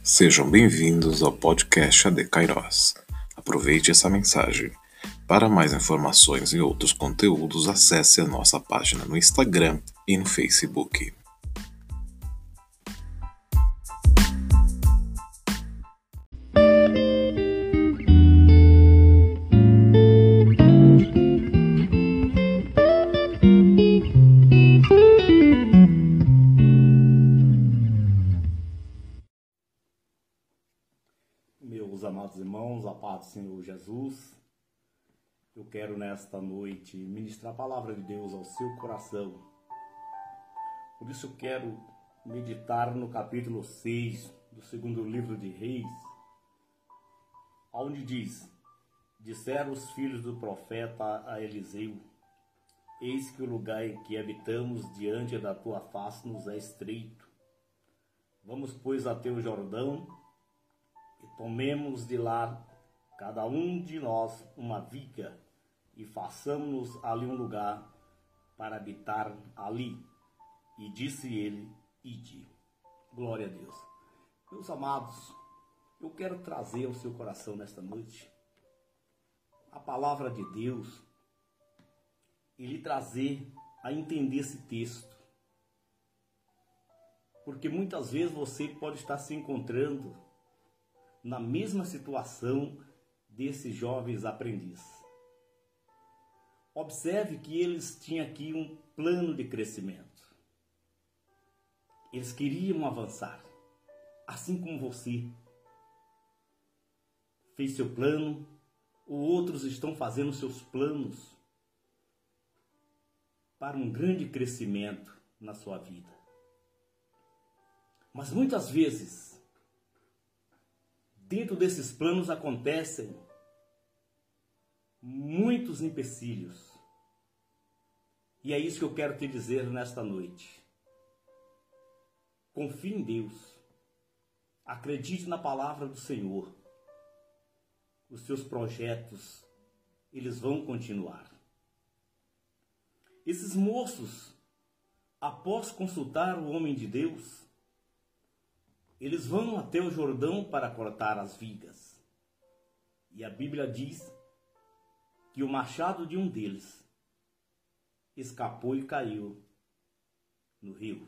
Sejam bem-vindos ao podcast AD Kairos. Aproveite essa mensagem. Para mais informações e outros conteúdos, acesse a nossa página no Instagram e no Facebook. Meus amados irmãos, a paz do Senhor Jesus, eu quero nesta noite ministrar a palavra de Deus ao seu coração. Por isso eu quero meditar no capítulo 6 do segundo livro de Reis, onde diz: disseram os filhos do profeta a Eliseu: eis que o lugar em que habitamos diante da tua face nos é estreito. Vamos, pois, até o Jordão e tomemos de lá cada um de nós uma viga e façamos-nos ali um lugar para habitar ali. E disse ele: ide. Glória a Deus. Meus amados, eu quero trazer ao seu coração nesta noite a palavra de Deus e lhe trazer a entender esse texto. Porque muitas vezes você pode estar se encontrando na mesma situação desses jovens aprendizes. Observe que eles tinham aqui um plano de crescimento. Eles queriam avançar, assim como você fez seu plano, ou outros estão fazendo seus planos para um grande crescimento na sua vida. Mas muitas vezes, dentro desses planos acontecem muitos empecilhos. E é isso que eu quero te dizer nesta noite. Confie em Deus. Acredite na palavra do Senhor. Os seus projetos, eles vão continuar. Esses moços, após consultar o homem de Deus, eles vão até o Jordão para cortar as vigas. E a Bíblia diz que o machado de um deles escapou e caiu no rio.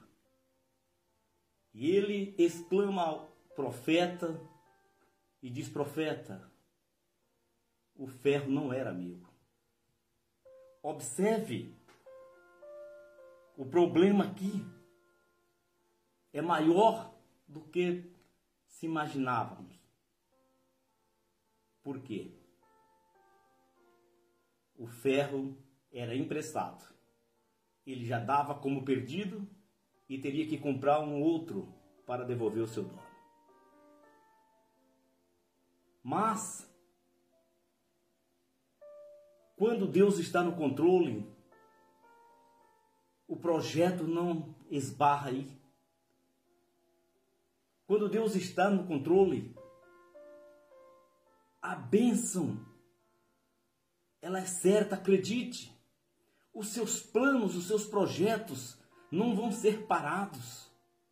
E ele exclama ao profeta e diz: profeta, o ferro não era meu. Observe, o problema aqui é maior do que se imaginávamos. Por quê? O ferro era emprestado. Ele já dava como perdido e teria que comprar um outro para devolver o seu dono. Mas, quando Deus está no controle, o projeto não esbarra aí. Quando Deus está no controle, a bênção, ela é certa, acredite. Os seus planos, os seus projetos não vão ser parados.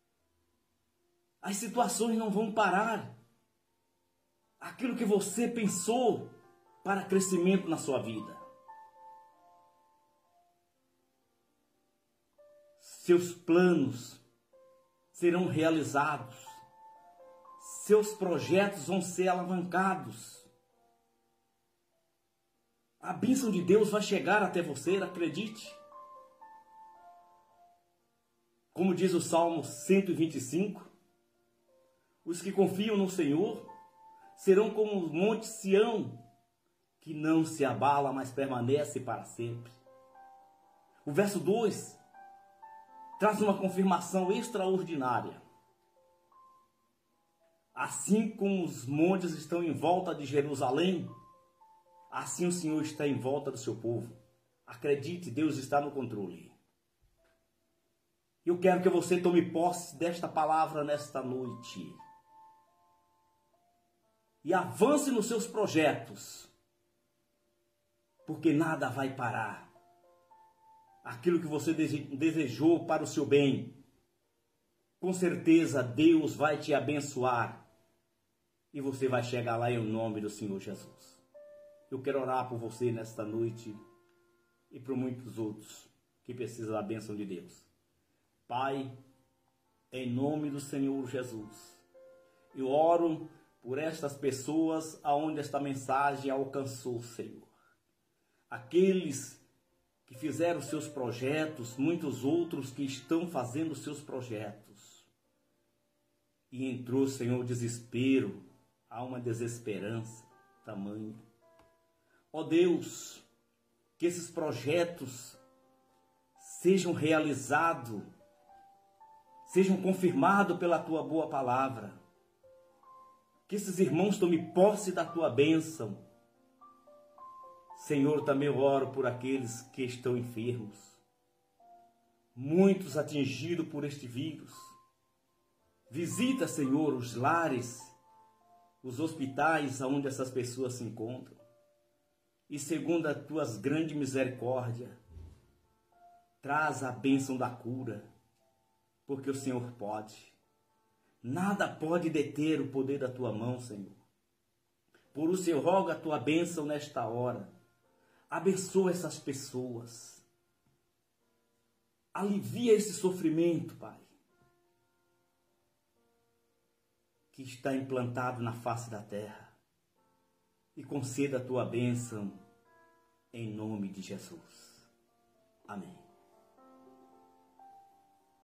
As situações não vão parar. Aquilo que você pensou para crescimento na sua vida. Seus planos serão realizados. Seus projetos vão ser alavancados. A bênção de Deus vai chegar até você, acredite. Como diz o Salmo 125, os que confiam no Senhor serão como o monte Sião, que não se abala, mas permanece para sempre. O verso 2 traz uma confirmação extraordinária. Assim como os montes estão em volta de Jerusalém, assim o Senhor está em volta do seu povo. Acredite, Deus está no controle. Eu quero que você tome posse desta palavra nesta noite. E avance nos seus projetos. Porque nada vai parar. Aquilo que você desejou para o seu bem, com certeza Deus vai te abençoar e você vai chegar lá em nome do Senhor Jesus. Eu quero orar por você nesta noite e por muitos outros que precisam da bênção de Deus. Pai, em nome do Senhor Jesus, eu oro por estas pessoas aonde esta mensagem alcançou, Senhor. Aqueles que fizeram seus projetos, muitos outros que estão fazendo seus projetos. E entrou, Senhor, desespero, há uma desesperança tamanha. Ó Deus, que esses projetos sejam realizados, sejam confirmados pela Tua boa palavra. Que esses irmãos tomem posse da Tua bênção. Senhor, também eu oro por aqueles que estão enfermos. Muitos atingidos por este vírus. Visita, Senhor, os lares, os hospitais onde essas pessoas se encontram. E segundo as Tuas grandes misericórdias, traz a bênção da cura, porque o Senhor pode. Nada pode deter o poder da Tua mão, Senhor. Por isso eu rogo a Tua bênção nesta hora. Abençoa essas pessoas. Alivia esse sofrimento, Pai, que está implantado na face da terra. E conceda a Tua bênção em nome de Jesus. Amém.